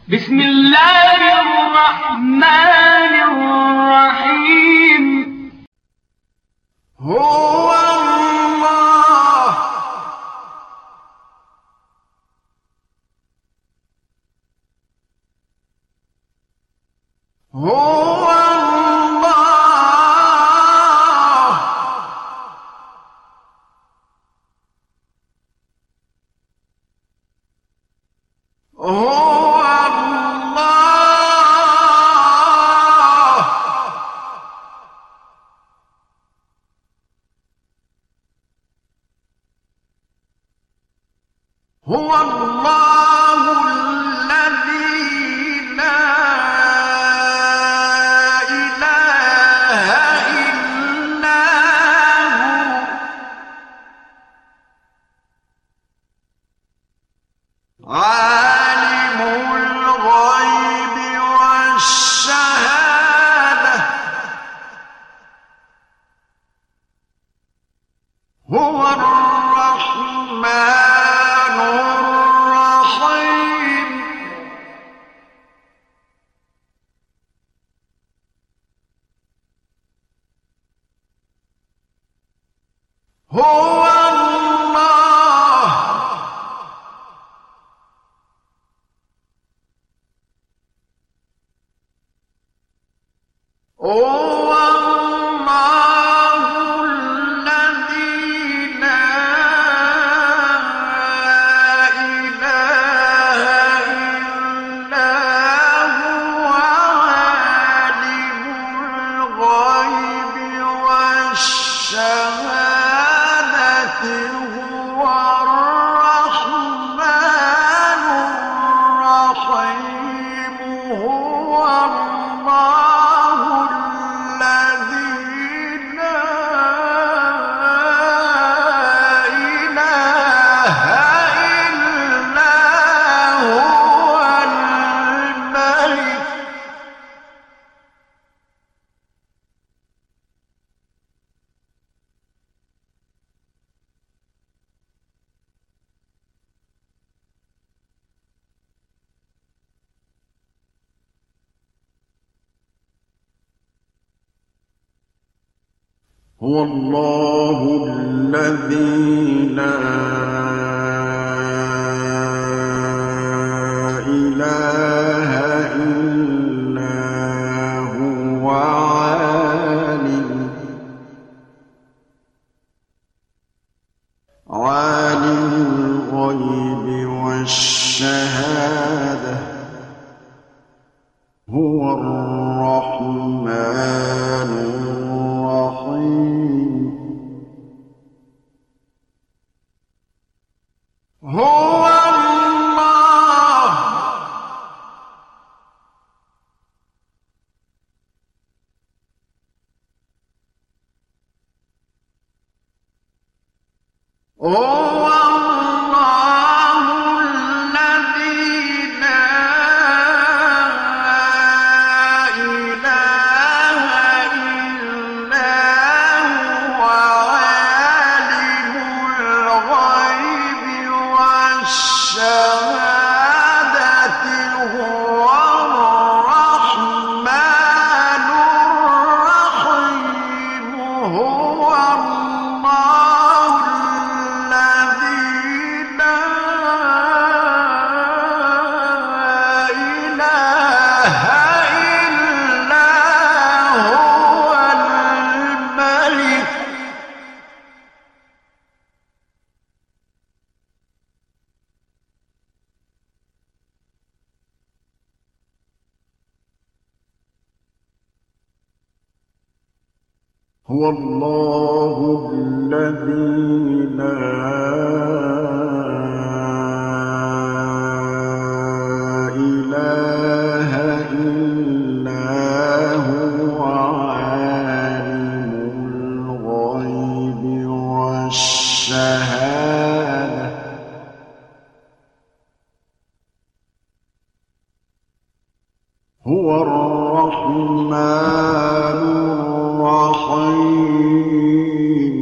بسم الله الرحمن الرحيم. هو الله هو الله هو هو الله الذي لا إله إلا هو عالم الغيب والشهادة هو الرحمن هو الله هو الله الذي لا إله إلا هو عالم الغيب والشهادة هو الرحمن الرحيم هو الله الذي لا إله إلا هو الملك هو الله الذي لا إله إلا هو عالم الغيب والشهادة هو الرحمن الرحيم هو الله هو الله الذي لا إله إلا هو عالم الغيب والشهادة هو الرحمن الرحيم هو الله الذي لا إله إلا هو الملك هو الله الذي لا إله إلا هو عالم الغيب والشهادة هو الرحمن الرحيم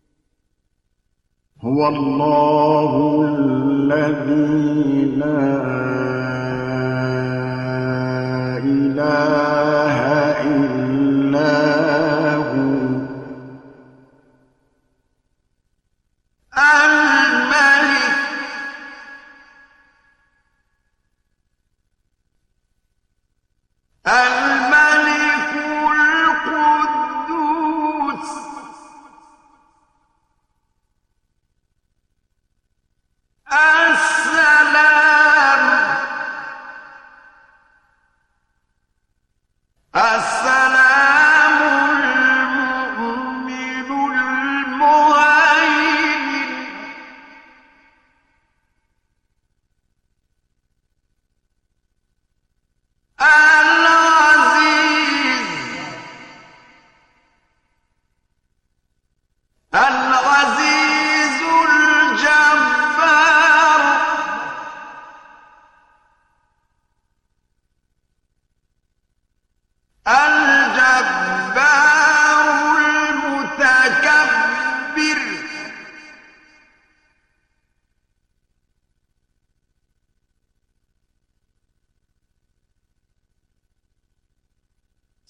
هو الله الذي لا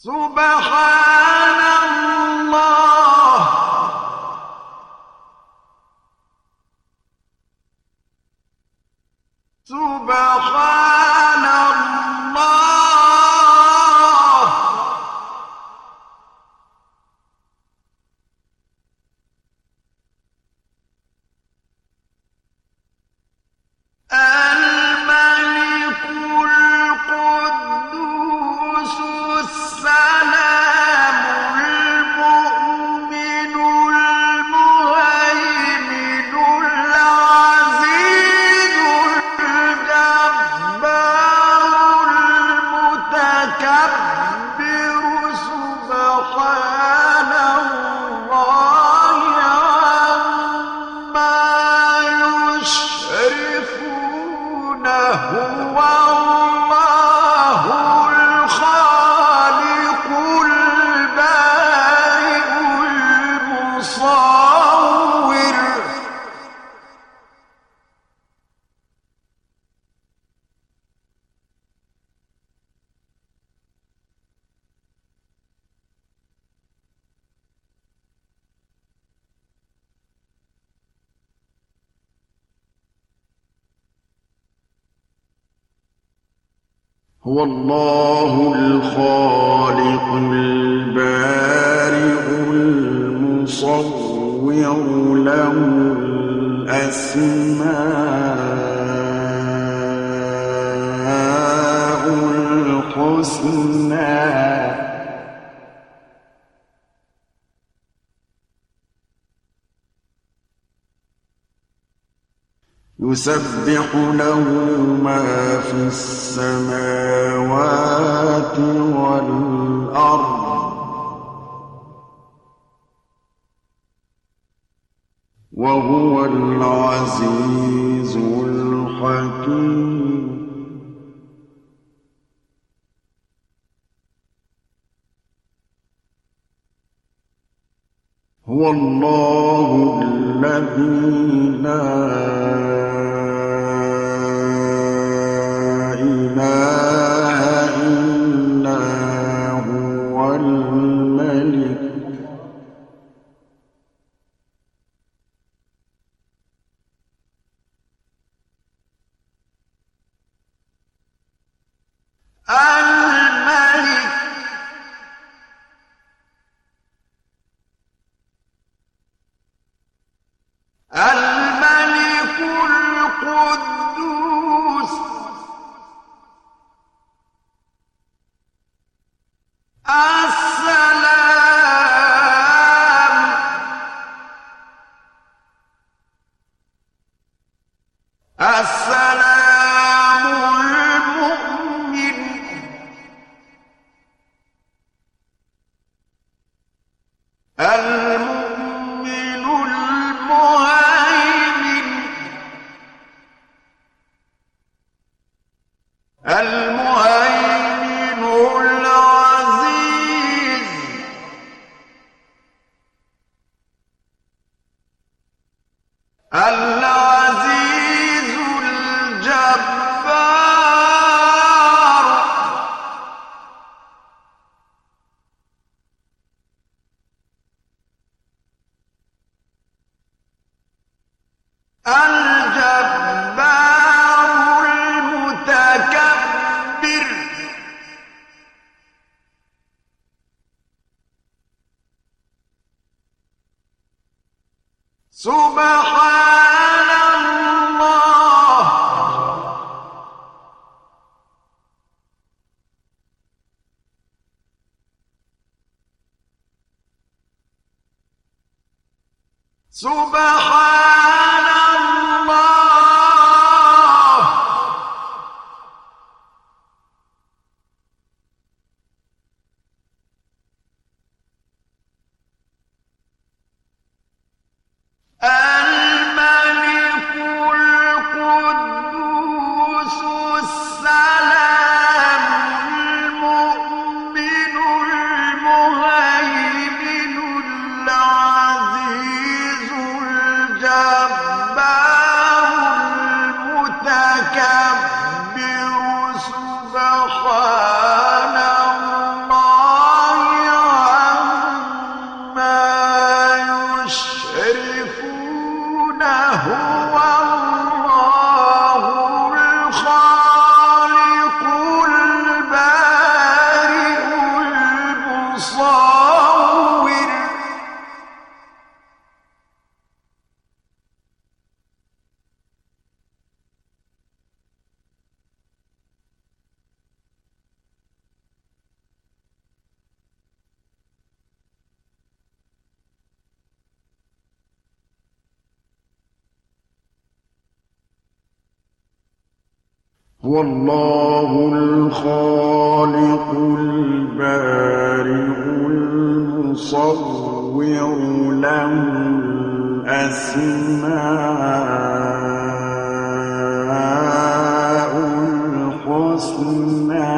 سبحان الله سبحان الله الملك القدوس السلام المؤمن المهيمن العزيز الجبار المتكبر سبحان الله عما يشركون هو الله الخالق البارئ المصور هو الله الخالق البارئ المصور له الأسماء الحسنى يسبح له ما في السماوات والأرض وهو العزيز الحكيم هو الله الذي لا إله إلا هو الملك الملك القدوس السلام السلام المؤمن المؤمن المهيمن المهيمن العزيز العزيز الجبار الجبار المتكبر سبحان الله سبحان الله الملك القدوس السلام المؤمن المهيمن العزيز الجبار المتكبر سبحان الله هو الله الخالق البارئ المصور له الأسماء الحسنى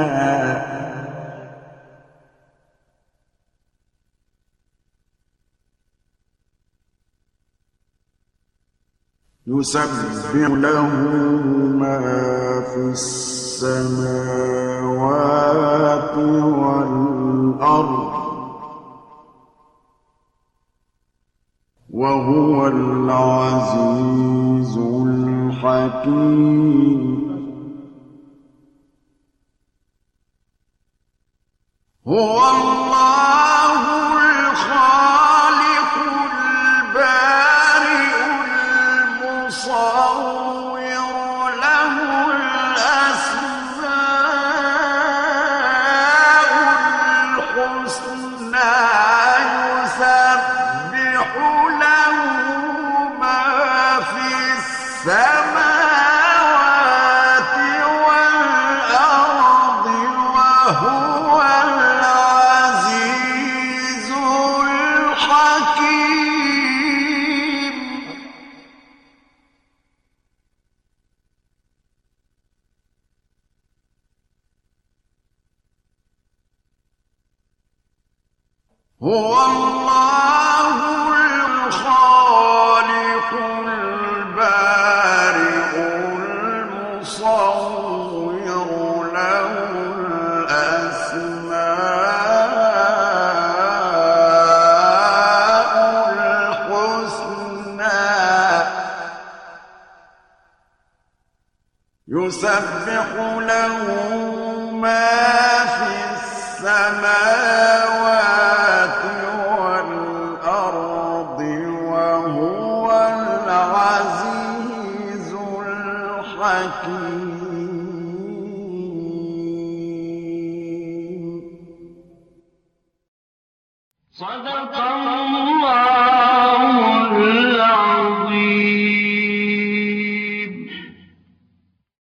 يسبح له ما في السماوات والأرض وهو العزيز الحكيم هو الله الخالق البارئ المصور له الأسماء الحسنى يسبح له ما في السماوات والأرض وهو العزيز الحكيم هو الله الخالق البارئ المصور له الأسماء الحسنى يسبح له ما في السماوات والأرض وهو العزيز الحكيم صدق الله